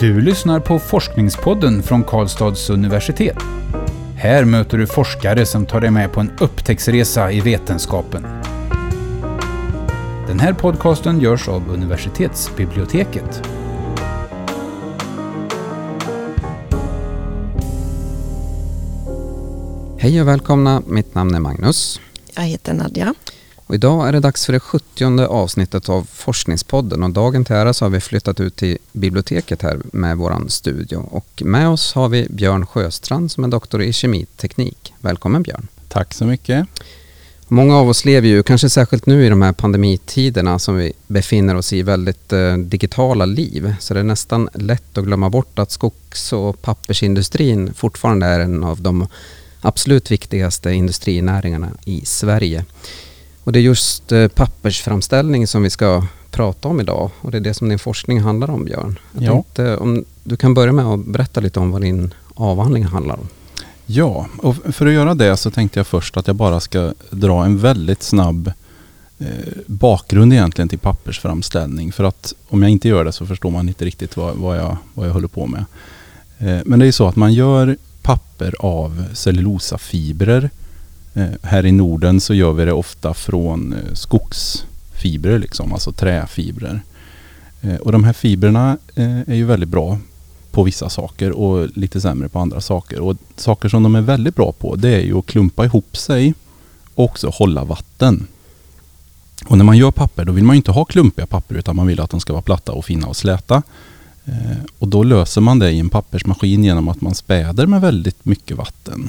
Du lyssnar på Forskningspodden från Karlstads universitet. Här möter du forskare som tar dig med på en upptäcktsresa i vetenskapen. Den här podcasten görs av universitetsbiblioteket. Hej och välkomna, mitt namn är Magnus. Jag heter Nadja. Och idag är det dags för det 70:e avsnittet av Forskningspodden och dagen till ära så har vi flyttat ut till biblioteket här med våran studio. Och med oss har vi Björn Sjöstrand som är doktor i kemiteknik. Välkommen Björn. Tack så mycket. Många av oss lever ju, kanske särskilt nu i de här pandemitiderna som vi befinner oss i, väldigt digitala liv. Så det är nästan lätt att glömma bort att skogs- och pappersindustrin fortfarande är en av de absolut viktigaste industrinäringarna i Sverige. Och det är just pappersframställning som vi ska prata om idag. Och det är det som din forskning handlar om, Björn. Jag tänkte, om du kan börja med att berätta lite om vad din avhandling handlar om. Ja, och för att göra det så tänkte jag först att jag bara ska dra en väldigt snabb bakgrund egentligen till pappersframställning. För att om jag inte gör det så förstår man inte riktigt vad jag håller på med. Men det är så att man gör papper av cellulosafibrer. Här i Norden så gör vi det ofta från skogsfibrer, liksom, alltså träfibrer. Och de här fibrerna är ju väldigt bra på vissa saker och lite sämre på andra saker. Och saker som de är väldigt bra på, det är ju att klumpa ihop sig och också hålla vatten. Och när man gör papper då vill man ju inte ha klumpiga papper utan man vill att de ska vara platta och fina och släta. Och då löser man det i en pappersmaskin genom att man späder med väldigt mycket vatten.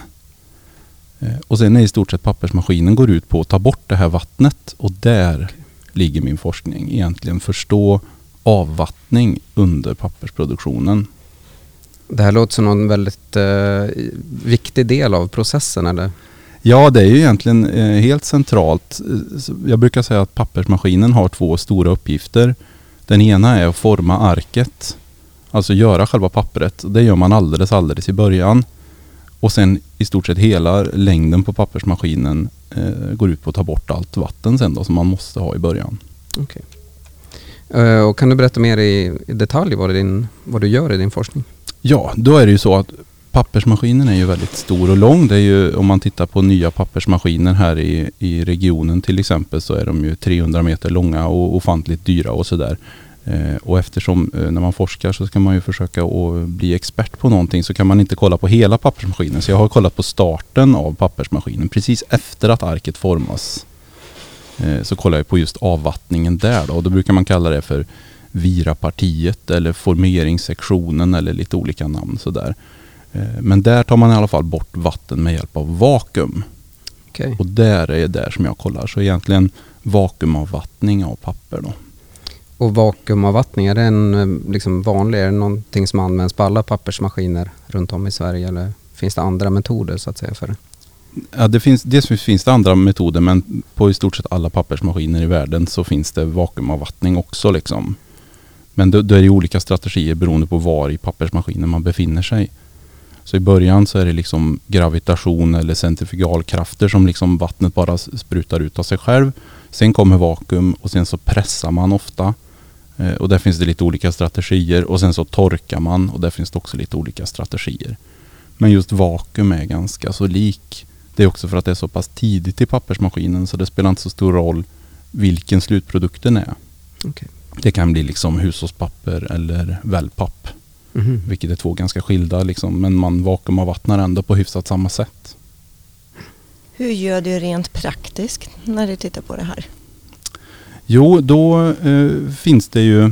Och sen är i stort sett pappersmaskinen går ut på att ta bort det här vattnet och där ligger min forskning. Egentligen förstå avvattning under pappersproduktionen. Det här låter som en väldigt viktig del av processen, eller? Ja, det är ju egentligen helt centralt. Jag brukar säga att pappersmaskinen har två stora uppgifter. Den ena är att forma arket, alltså göra själva pappret. Det gör man alldeles i början. Och sen i stort sett hela längden på pappersmaskinen går ut på att ta bort allt vatten sen då, som man måste ha i början. Okej. Och kan du berätta mer i detalj vad du gör i din forskning? Ja, då är det ju så att pappersmaskinen är ju väldigt stor och lång. Det är ju, om man tittar på nya pappersmaskiner här i regionen till exempel, så är de ju 300 meter långa och ofantligt dyra och sådär. Och eftersom när man forskar så ska man ju försöka att bli expert på någonting, så kan man inte kolla på hela pappersmaskinen. Så jag har kollat på starten av pappersmaskinen. Precis efter att arket formas så kollar jag på just avvattningen där då. Och då brukar man kalla det för virapartiet eller formeringssektionen eller lite olika namn sådär. Men där tar man i alla fall bort vatten med hjälp av vakuum. Okay. Och där är det som jag kollar. Så egentligen vakuumavvattning av papper då. Och vakuumavvattning, är det vanlig? Är det någonting som används på alla pappersmaskiner runt om i Sverige? Eller finns det andra metoder så att säga för det? Ja, dels finns det andra metoder, men på i stort sett alla pappersmaskiner i världen så finns det vakuumavvattning också. Liksom. Men då är det olika strategier beroende på var i pappersmaskinen man befinner sig. Så i början så är det liksom gravitation eller centrifugalkrafter som liksom vattnet bara sprutar ut av sig själv. Sen kommer vakuum och sen så pressar man ofta. Och där finns det lite olika strategier. Och sen så torkar man och där finns det också lite olika strategier. Men just vakuum är ganska så lik. Det är också för att det är så pass tidigt i pappersmaskinen så det spelar inte så stor roll vilken slutprodukten är. Okay. Det kan bli liksom hushållspapper eller wellpapp. Mm-hmm. Vilket är två ganska skilda liksom, men man vakuumavvattnar ändå på hyfsat samma sätt. Hur gör du rent praktiskt när du tittar på det här? Jo, då finns det ju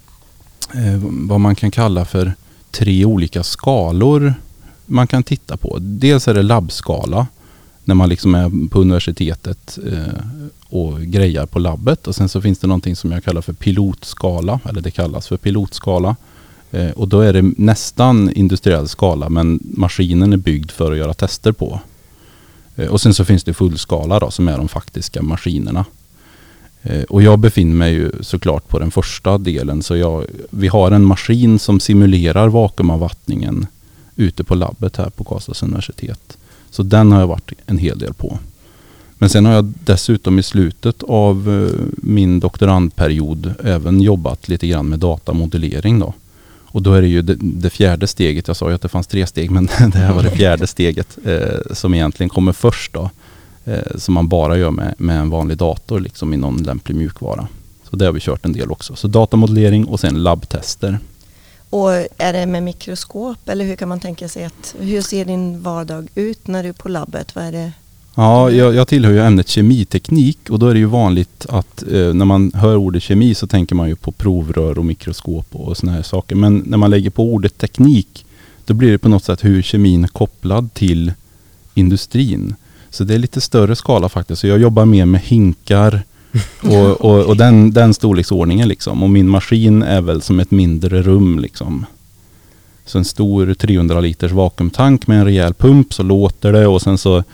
vad man kan kalla för 3 olika skalor man kan titta på. Dels är det labbskala när man liksom är på universitetet och grejar på labbet. Och sen så finns det någonting som jag kallar för pilotskala, eller det kallas för pilotskala. Och då är det nästan industriell skala, men maskinen är byggd för att göra tester på. Och sen så finns det fullskala då, som är de faktiska maskinerna. Och jag befinner mig ju såklart på den första delen. Så vi har en maskin som simulerar vakuumavvattningen ute på labbet här på Karlstads universitet. Så den har jag varit en hel del på. Men sen har jag dessutom i slutet av min doktorandperiod även jobbat lite grann med datamodellering då. Och då är det ju det fjärde steget. Jag sa ju att det fanns 3 steg, men det här var det fjärde steget som egentligen kommer först då. Som man bara gör med en vanlig dator liksom i någon lämplig mjukvara. Så det har vi kört en del också. Så datamodellering och sen labbtester. Och är det med mikroskop eller hur kan man tänka sig hur ser din vardag ut när du är på labbet? Vad är det? Ja, jag tillhör ju ämnet kemiteknik och då är det ju vanligt att när man hör ordet kemi så tänker man ju på provrör och mikroskop och såna här saker. Men när man lägger på ordet teknik då blir det på något sätt hur kemin är kopplad till industrin. Så det är lite större skala faktiskt. Så jag jobbar mer med hinkar och den storleksordningen liksom. Och min maskin är väl som ett mindre rum liksom. Så en stor 300 liters vakuumtank med en rejäl pump så låter det och sen så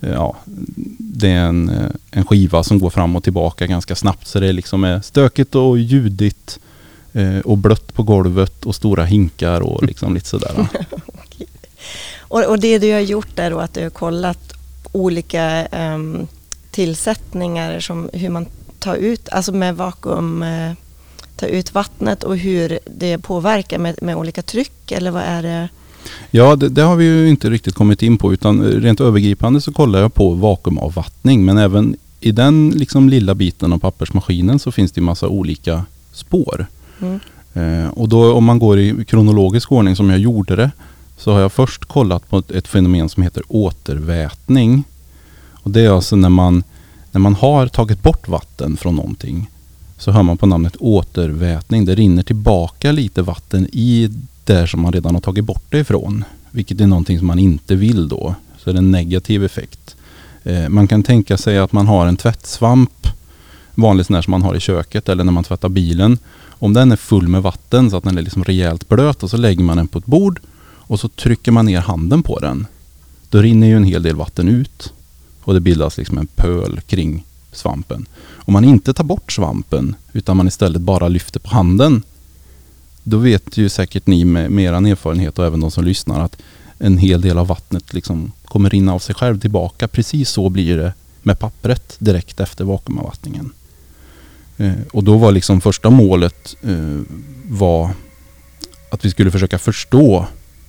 det är en skiva som går fram och tillbaka ganska snabbt så det liksom är stökigt och ljudigt och blött på golvet och stora hinkar och liksom lite sådär. Okay. Och det du har gjort där då att du har kollat olika tillsättningar som hur man tar ut, alltså med vakuum tar ut vattnet och hur det påverkar med olika tryck eller vad är det? Ja, det har vi ju inte riktigt kommit in på utan rent övergripande så kollar jag på vakuumavvattning men även i den liksom lilla biten av pappersmaskinen så finns det en massa olika spår. Och då om man går i kronologisk ordning som jag gjorde det så har jag först kollat på ett fenomen som heter återvätning. Och det är alltså när man har tagit bort vatten från någonting så hör man på namnet återvätning. Det rinner tillbaka lite vatten i där som man redan har tagit bort det ifrån. Vilket är någonting som man inte vill då. Så det är en negativ effekt. Man kan tänka sig att man har en tvättsvamp. Vanligt sån här som man har i köket eller när man tvättar bilen. Om den är full med vatten så att den är liksom rejält blöt och så lägger man den på ett bord. Och så trycker man ner handen på den. Då rinner ju en hel del vatten ut. Och det bildas liksom en pöl kring svampen. Om man inte tar bort svampen utan man istället bara lyfter på handen. Då vet ju säkert ni med er erfarenhet och även de som lyssnar att en hel del av vattnet liksom kommer rinna av sig själv tillbaka. Precis så blir det med pappret direkt efter vakuumavvattningen. Och då var liksom första målet var att vi skulle försöka förstå.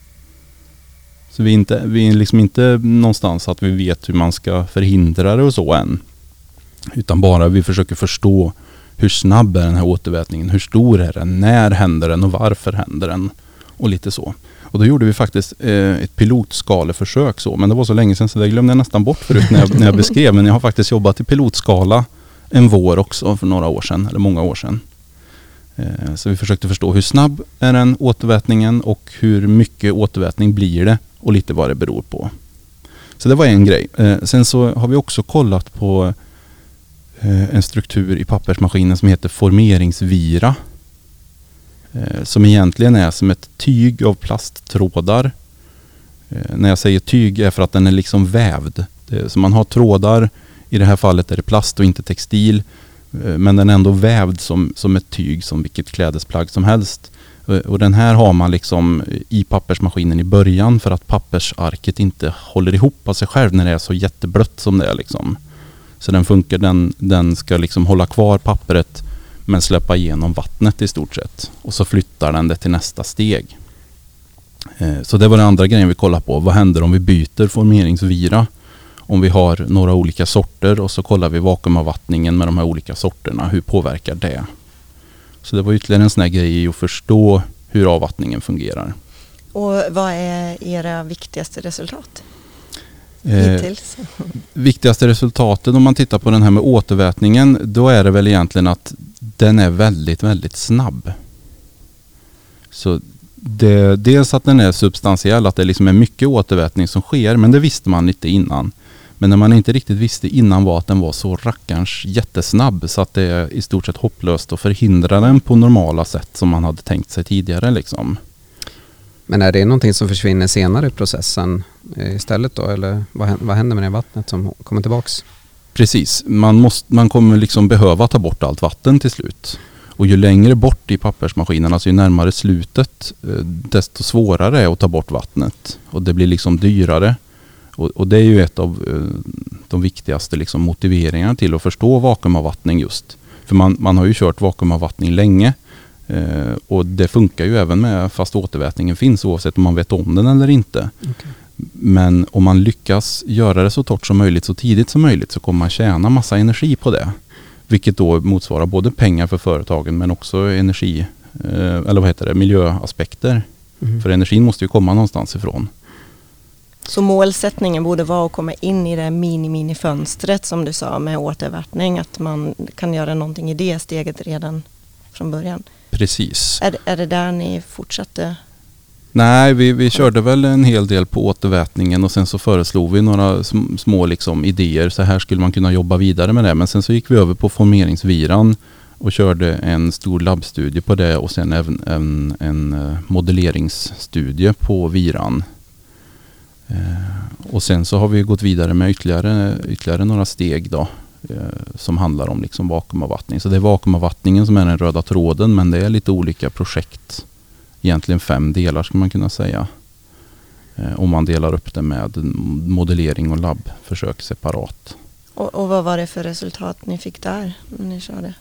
Så vi är liksom inte någonstans att vi vet hur man ska förhindra det och så än. Utan bara vi försöker förstå hur snabb är den här återvätningen, hur stor är den, när händer den och varför händer den och lite så. Och då gjorde vi faktiskt ett pilotskaleförsök så, men det var så länge sedan så det glömde jag nästan bort förut när jag beskrev, men jag har faktiskt jobbat i pilotskala en vår också för några år sedan, eller många år sedan. Så vi försökte förstå hur snabb är den återvätningen och hur mycket återvätning blir det och lite vad det beror på. Så det var en grej. Sen så har vi också kollat på en struktur i pappersmaskinen som heter formeringsvira. Som egentligen är som ett tyg av plasttrådar. När jag säger tyg är för att den är liksom vävd. Så man har trådar, i det här fallet är det plast och inte textil. Men den är ändå vävd som ett tyg, som vilket klädesplagg som helst. Och den här har man liksom i pappersmaskinen i början för att pappersarket inte håller ihop av sig själv när det är så jätteblött som det är liksom. Så den funkar, den ska liksom hålla kvar pappret men släppa igenom vattnet i stort sett. Och så flyttar den det till nästa steg. Så det var den andra grejen vi kollade på. Vad händer om vi byter formeringsvira? Om vi har några olika sorter och så kollar vi vakuumavvattningen med de här olika sorterna. Hur påverkar det? Så det var ytterligare en sån här grej att förstå hur avvattningen fungerar. Och vad är era viktigaste resultat? Hittills. Viktigaste resultatet om man tittar på den här med återvätningen, då är det väl egentligen att den är väldigt, väldigt snabb. Så dels att den är substantiell, att det liksom är mycket återvätning som sker, men det visste man inte innan. Men när man inte riktigt visste innan var att den var så rackarns jättesnabb så att det är i stort sett hopplöst att förhindra den på normala sätt som man hade tänkt sig tidigare liksom. Men är det någonting som försvinner senare i processen istället då? Eller vad händer med det vattnet som kommer tillbaks? Precis, man kommer liksom behöva ta bort allt vatten till slut. Och ju längre bort i pappersmaskinen, alltså ju närmare slutet, desto svårare är att ta bort vattnet. Och det blir liksom dyrare. Och det är ju ett av de viktigaste liksom motiveringarna till att förstå vakuumavvattning just. För man har ju kört vakuumavvattning länge. Och det funkar ju även med fast återvätningen finns oavsett om man vet om den eller inte. Okay. Men om man lyckas göra det så torrt som möjligt så tidigt som möjligt så kommer man tjäna massa energi på det. Vilket då motsvarar både pengar för företagen men också energi miljöaspekter. För energin måste ju komma någonstans ifrån. Så målsättningen borde vara att komma in i det mini-fönstret som du sa med återvätning. Att man kan göra någonting i det steget redan från början. Precis. Är det där ni fortsatte? Nej, vi körde väl en hel del på återvätningen och sen så föreslog vi några små liksom idéer. Så här skulle man kunna jobba vidare med det. Men sen så gick vi över på formeringsviran och körde en stor labbstudie på det och sen även en modelleringsstudie på viran. Och sen så har vi gått vidare med ytterligare några steg då, som handlar om liksom vakuumavvattning. Så det är vakuumavvattningen som är den röda tråden, men det är lite olika projekt. Egentligen 5 delar ska man kunna säga. Om man delar upp det med modellering och labbförsök separat. Och vad var det för resultat ni fick där när ni körde?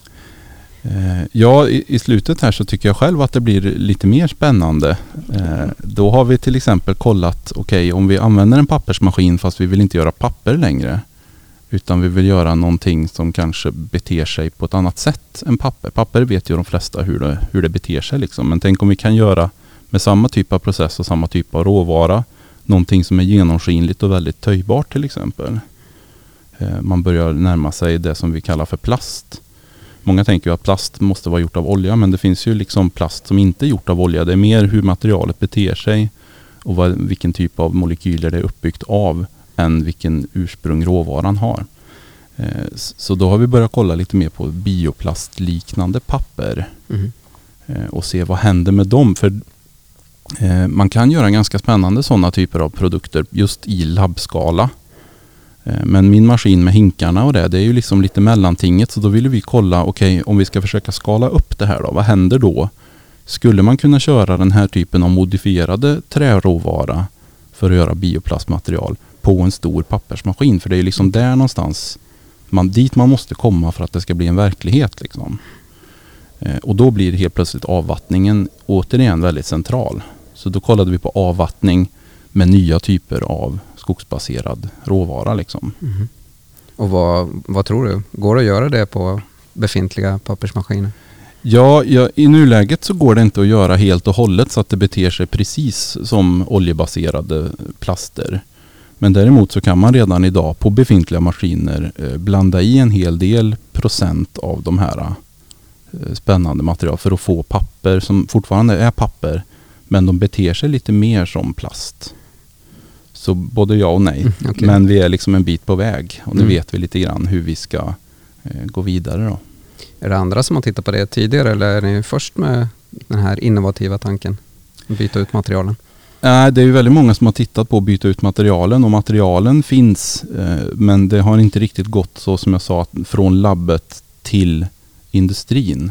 Ja, i slutet här så tycker jag själv att det blir lite mer spännande. Då har vi till exempel kollat, om vi använder en pappersmaskin fast vi vill inte göra papper längre. Utan vi vill göra någonting som kanske beter sig på ett annat sätt än papper. Papper vet ju de flesta hur det beter sig liksom. Men tänk om vi kan göra med samma typ av process och samma typ av råvara någonting som är genomskinligt och väldigt töjbart till exempel. Man börjar närma sig det som vi kallar för plast. Många tänker ju att plast måste vara gjort av olja, men det finns ju liksom plast som inte är gjort av olja. Det är mer hur materialet beter sig och vilken typ av molekyler det är uppbyggt av än vilken ursprung råvaran har. Så då har vi börjat kolla lite mer på bioplastliknande papper och se vad händer med dem. För man kan göra ganska spännande sådana typer av produkter just i labbskala. Men min maskin med hinkarna och det är ju liksom lite mellantinget, så då ville vi kolla, om vi ska försöka skala upp det här då, vad händer då? Skulle man kunna köra den här typen av modifierade träråvara för att göra bioplastmaterial på en stor pappersmaskin? För det är ju liksom där någonstans dit man måste komma för att det ska bli en verklighet liksom. Och då blir helt plötsligt avvattningen återigen väldigt central. Så då kollade vi på avvattning med nya typer av skogsbaserad råvara liksom. Och vad tror du? Går det att göra det på befintliga pappersmaskiner? Ja, i nuläget så går det inte att göra helt och hållet så att det beter sig precis som oljebaserade plaster. Men däremot så kan man redan idag på befintliga maskiner blanda i en hel del procent av de här spännande material för att få papper som fortfarande är papper, men de beter sig lite mer som plast. Så både ja och nej. Okay. Men vi är liksom en bit på väg och nu vet vi lite grann hur vi ska gå vidare då. Är det andra som har tittat på det tidigare eller är ni först med den här innovativa tanken att byta ut materialen? Det är ju väldigt många som har tittat på att byta ut materialen och materialen finns, men det har inte riktigt gått så som jag sa från labbet till industrin.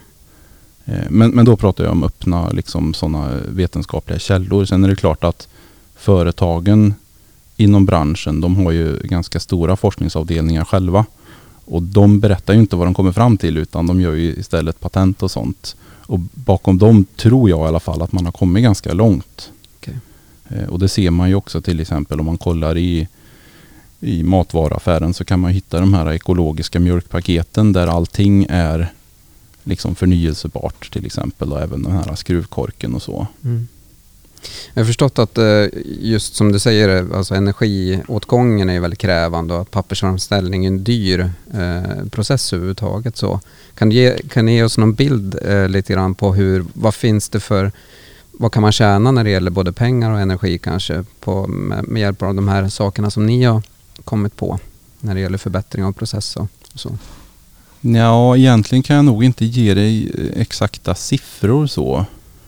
Men då pratar jag om öppna liksom sådana vetenskapliga källor. Sen är det klart att företagen inom branschen, de har ju ganska stora forskningsavdelningar själva. Och de berättar ju inte vad de kommer fram till utan de gör ju istället patent och sånt. Och bakom dem tror jag i alla fall att man har kommit ganska långt. Okay. Och det ser man ju också till exempel om man kollar i matvaruaffären så kan man hitta de här ekologiska mjölkpaketen där allting är liksom förnyelsebart till exempel och även den här skruvkorken och så. Jag har förstått att just som du säger, alltså energiåtgången är väldigt krävande och att pappersframställning är en dyr process överhuvudtaget. Så kan ni ge oss någon bild lite grann på vad finns det för, vad kan man tjäna när det gäller både pengar och energi kanske med hjälp av de här sakerna som ni har kommit på när det gäller förbättring av process och så? Ja, egentligen kan jag nog inte ge dig exakta siffror så.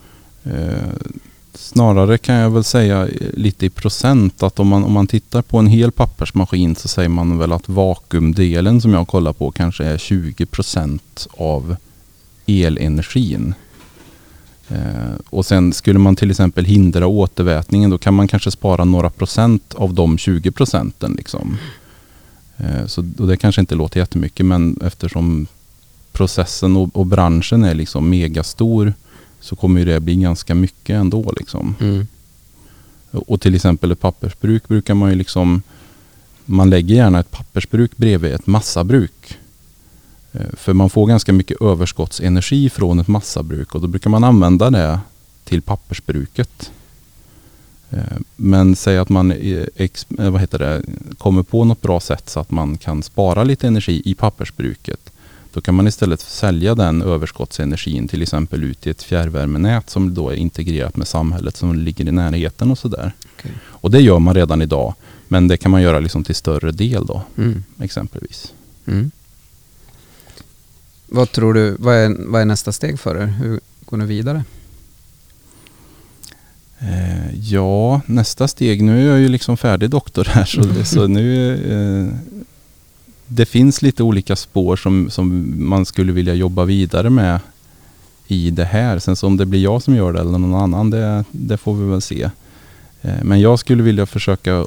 Snarare kan jag väl säga lite i procent att om man tittar på en hel pappersmaskin så säger man väl att vakuumdelen som jag kollar på kanske är 20% av elenergin. Och sen skulle man till exempel hindra återvätningen då kan man kanske spara några procent av de 20% liksom. Så det kanske inte låter jättemycket men eftersom processen och branschen är liksom megastor, så kommer ju det bli ganska mycket ändå liksom. Och till exempel ett pappersbruk brukar man ju liksom, man lägger gärna ett pappersbruk bredvid ett massabruk. För man får ganska mycket överskottsenergi från ett massabruk, och då brukar man använda det till pappersbruket. Men säg att man kommer på något bra sätt så att man kan spara lite energi i pappersbruket. Då kan man istället sälja den överskottsenergin till exempel ut i ett fjärrvärmenät som då är integrerat med samhället som ligger i närheten och sådär. Okay. Och det gör man redan idag, men det kan man göra liksom till större del då, exempelvis. Vad tror du, vad är nästa steg för er? Hur går ni vidare? Ja, nästa steg, nu är jag ju liksom färdig doktor här så nu det finns lite olika spår som man skulle vilja jobba vidare med i det här. Sen så om det blir jag som gör det eller någon annan, det får vi väl se. Men jag skulle vilja försöka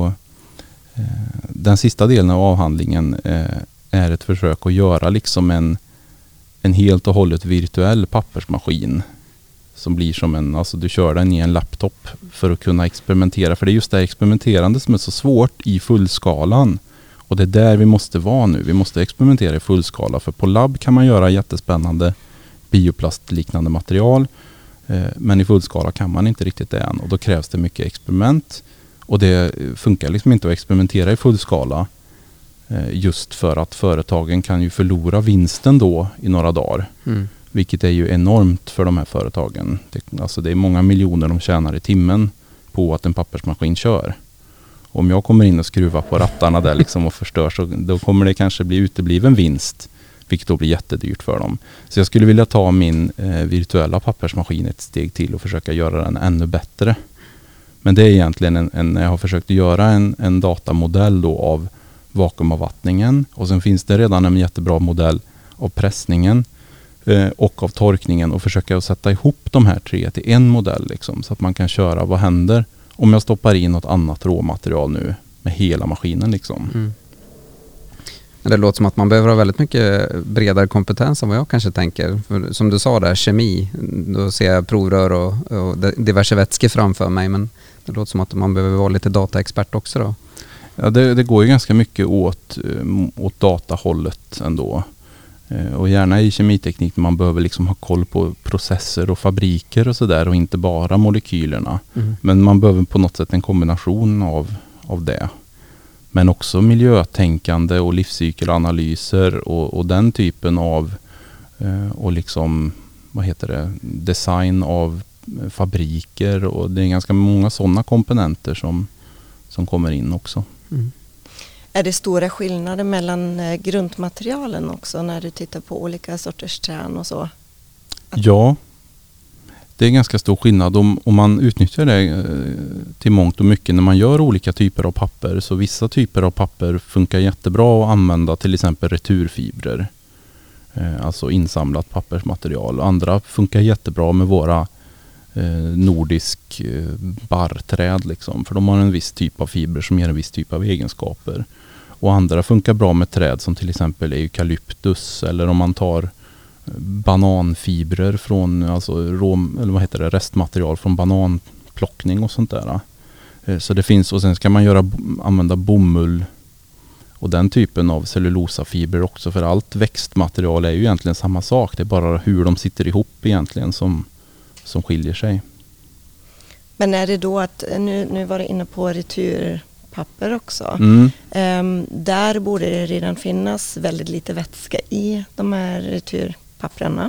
den sista delen av avhandlingen är ett försök att göra liksom en helt och hållet virtuell pappersmaskin som blir som alltså du kör den i en laptop för att kunna experimentera. För det är just det experimenterande som är så svårt i fullskalan. Och det är där vi måste vara nu. Vi måste experimentera i fullskala. För på labb kan man göra jättespännande bioplastliknande material. Men i fullskala kan man inte riktigt det än. Och då krävs det mycket experiment. Och det funkar liksom inte att experimentera i fullskala. Just för att företagen kan ju förlora vinsten då i några dagar. Vilket är ju enormt för de här företagen. Det är många miljoner de tjänar i timmen på att en pappersmaskin kör. Om jag kommer in och skruvar på rattarna där liksom och förstör, så då kommer det kanske bli utebliven vinst. Vilket då blir jättedyrt för dem. Så jag skulle vilja ta min virtuella pappersmaskin ett steg till och försöka göra den ännu bättre. Men det är egentligen jag har försökt göra en datamodell då av vakuumavvattningen. Och sen finns det redan en jättebra modell av pressningen och av torkningen, och försöka sätta ihop de här tre till en modell liksom, så att man kan köra vad händer om jag stoppar in något annat råmaterial nu med hela maskinen liksom. Det låter som att man behöver ha väldigt mycket bredare kompetens än vad jag kanske tänker. För som du sa där, kemi, då ser jag provrör och diverse vätskor framför mig, men det låter som att man behöver vara lite dataexpert också då. Ja, det går ju ganska mycket åt datahållet ändå. Och gärna i kemiteknik, man behöver liksom ha koll på processer och fabriker och sådär, och inte bara molekylerna. Men man behöver på något sätt en kombination av det. Men också miljötänkande och livscykelanalyser och den typen av och liksom, design av fabriker, och det är ganska många sådana komponenter som kommer in också. Är det stora skillnader mellan grundmaterialen också när du tittar på olika sorters trän och så? Ja, det är ganska stor skillnad om man utnyttjar det till mångt och mycket när man gör olika typer av papper. Så vissa typer av papper funkar jättebra att använda, till exempel returfibrer. Alltså insamlat pappersmaterial. Andra funkar jättebra med våra nordisk barrträd liksom, för de har en viss typ av fibrer som ger en viss typ av egenskaper. Och andra funkar bra med träd som till exempel eukalyptus, eller om man tar bananfibrer från restmaterial från bananplockning och sånt där. Så det finns, och sen ska man använda bomull och den typen av cellulosafibrer också, för allt växtmaterial är ju egentligen samma sak. Det är bara hur de sitter ihop egentligen som skiljer sig. Men är det då att, nu var du inne på returpapper också. Där borde det redan finnas väldigt lite vätska i de här returpapperna.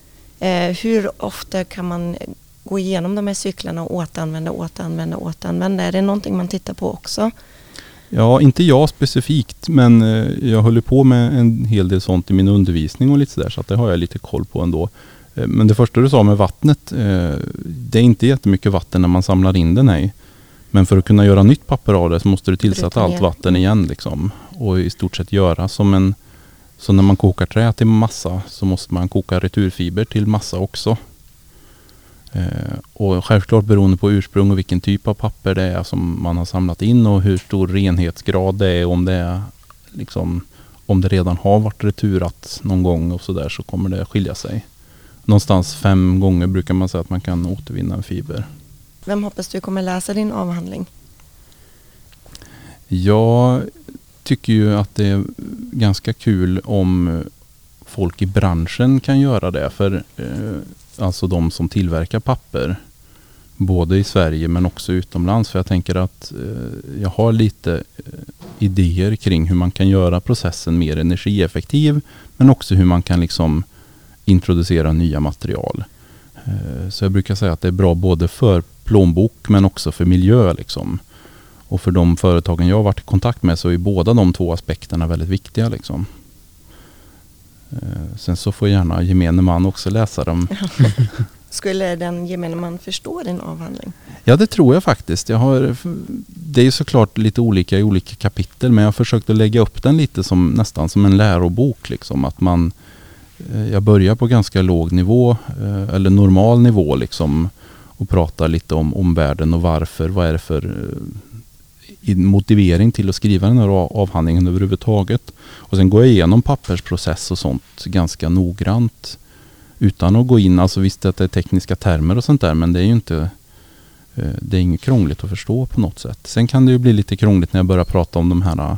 Hur ofta kan man gå igenom de här cyklarna och återanvända? Är det någonting man tittar på också? Ja, inte jag specifikt, men jag håller på med en hel del sånt i min undervisning och lite sådär, så att det har jag lite koll på ändå. Men det första du sa med vattnet, det är inte jättemycket vatten när man samlar in den, nej. Men för att kunna göra nytt papper av det så måste du tillsätta allt vatten igen liksom. Och i stort sett göra så när man kokar trä till massa så måste man koka returfiber till massa också. Och självklart beroende på ursprung och vilken typ av papper det är som man har samlat in och hur stor renhetsgrad det är, om om det redan har varit returat någon gång och sådär, så kommer det skilja sig. Någonstans 5 gånger brukar man säga att man kan återvinna en fiber. Vem hoppas du kommer läsa din avhandling? Jag tycker ju att det är ganska kul om folk i branschen kan göra det. För alltså de som tillverkar papper. Både i Sverige men också utomlands. För jag tänker att jag har lite idéer kring hur man kan göra processen mer energieffektiv. Men också hur man kan liksom introducera nya material. Så jag brukar säga att det är bra både för plånbok men också för miljö liksom. Och för de företagen jag har varit i kontakt med så är båda de 2 aspekterna väldigt viktiga liksom. Sen så får gärna gemene man också läsa dem. Skulle den gemene man förstå din avhandling? Ja, det tror jag faktiskt. Det är ju såklart lite olika i olika kapitel, men jag har försökt att lägga upp den lite som nästan som en lärobok liksom. Att jag börjar på ganska låg nivå eller normal nivå liksom, och pratar lite om världen och varför. Vad är det för motivering till att skriva den här avhandlingen överhuvudtaget. Och sen går jag igenom pappersprocess och sånt ganska noggrant. Utan att gå in, alltså visst att det är tekniska termer och sånt där, men det är ju inte, det är inget krångligt att förstå på något sätt. Sen kan det ju bli lite krångligt när jag börjar prata om de här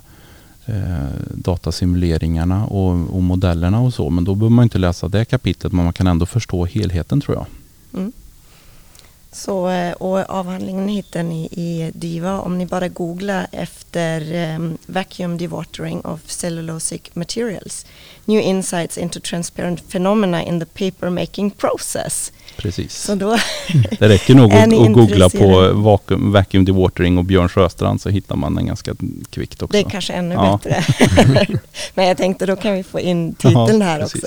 datasimuleringarna och modellerna och så, men då behöver man inte läsa det kapitlet, men man kan ändå förstå helheten tror jag. Mm. Så, och avhandlingen hittar ni i DIVA om ni bara googlar efter Vacuum Dewatering of Cellulosic Materials. New Insights into Transparent Phenomena in the Paper Making Process. Precis. Så då det räcker nog att googla på Vacuum Dewatering och Björn Sjöstrand så hittar man den ganska kvickt också. Det är kanske ännu bättre. Men jag tänkte då kan vi få in titeln här också.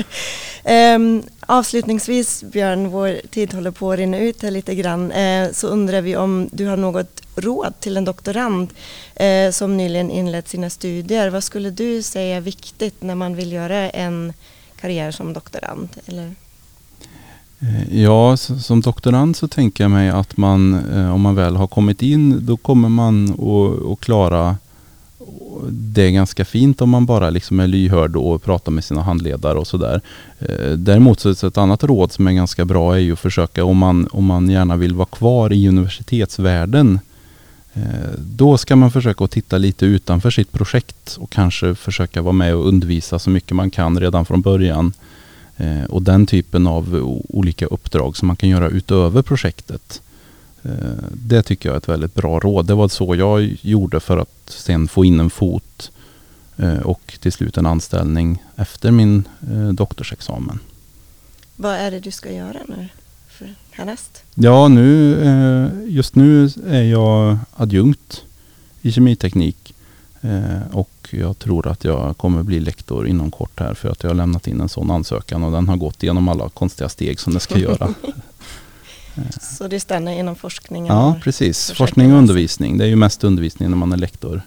Avslutningsvis Björn, vår tid håller på att rinna ut här lite grann, så undrar vi om du har något råd till en doktorand som nyligen inlett sina studier. Vad skulle du säga är viktigt när man vill göra en karriär som doktorand? Eller? Ja, som doktorand så tänker jag mig att man, om man väl har kommit in, då kommer man att klara det är ganska fint om man bara liksom är lyhörd och pratar med sina handledare och sådär. Däremot så ett annat råd som är ganska bra är ju att försöka, om man gärna vill vara kvar i universitetsvärlden, då ska man försöka att titta lite utanför sitt projekt och kanske försöka vara med och undervisa så mycket man kan redan från början. Och den typen av olika uppdrag som man kan göra utöver projektet. Det tycker jag är ett väldigt bra råd. Det var så jag gjorde för att sen få in en fot och till slut en anställning efter min doktorsexamen. Vad är det du ska göra nu för härnäst? Ja, just nu är jag adjunkt i kemiteknik och jag tror att jag kommer bli lektor inom kort här för att jag har lämnat in en sån ansökan och den har gått igenom alla konstiga steg som det ska göra. Så det stannar inom forskningen? Ja, precis. Forskning och undervisning. Det är ju mest undervisning när man är lektor.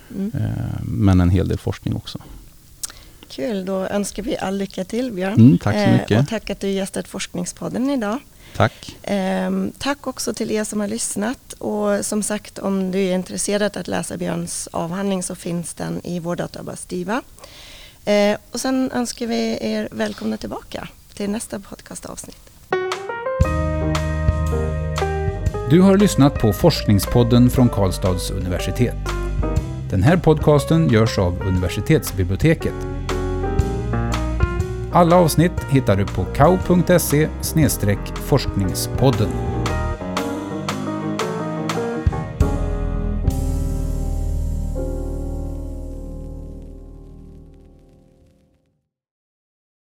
Men en hel del forskning också. Kul, då önskar vi all lycka till Björn. Tack så mycket. Och tack att du gästat Forskningspodden idag. Tack. Tack också till er som har lyssnat. Och som sagt, om du är intresserad att läsa Björns avhandling så finns den i vår databas DIVA. Och sen önskar vi er välkomna tillbaka till nästa podcastavsnitt. Du har lyssnat på Forskningspodden från Karlstads universitet. Den här podcasten görs av universitetsbiblioteket. Alla avsnitt hittar du på kau.se/forskningspodden.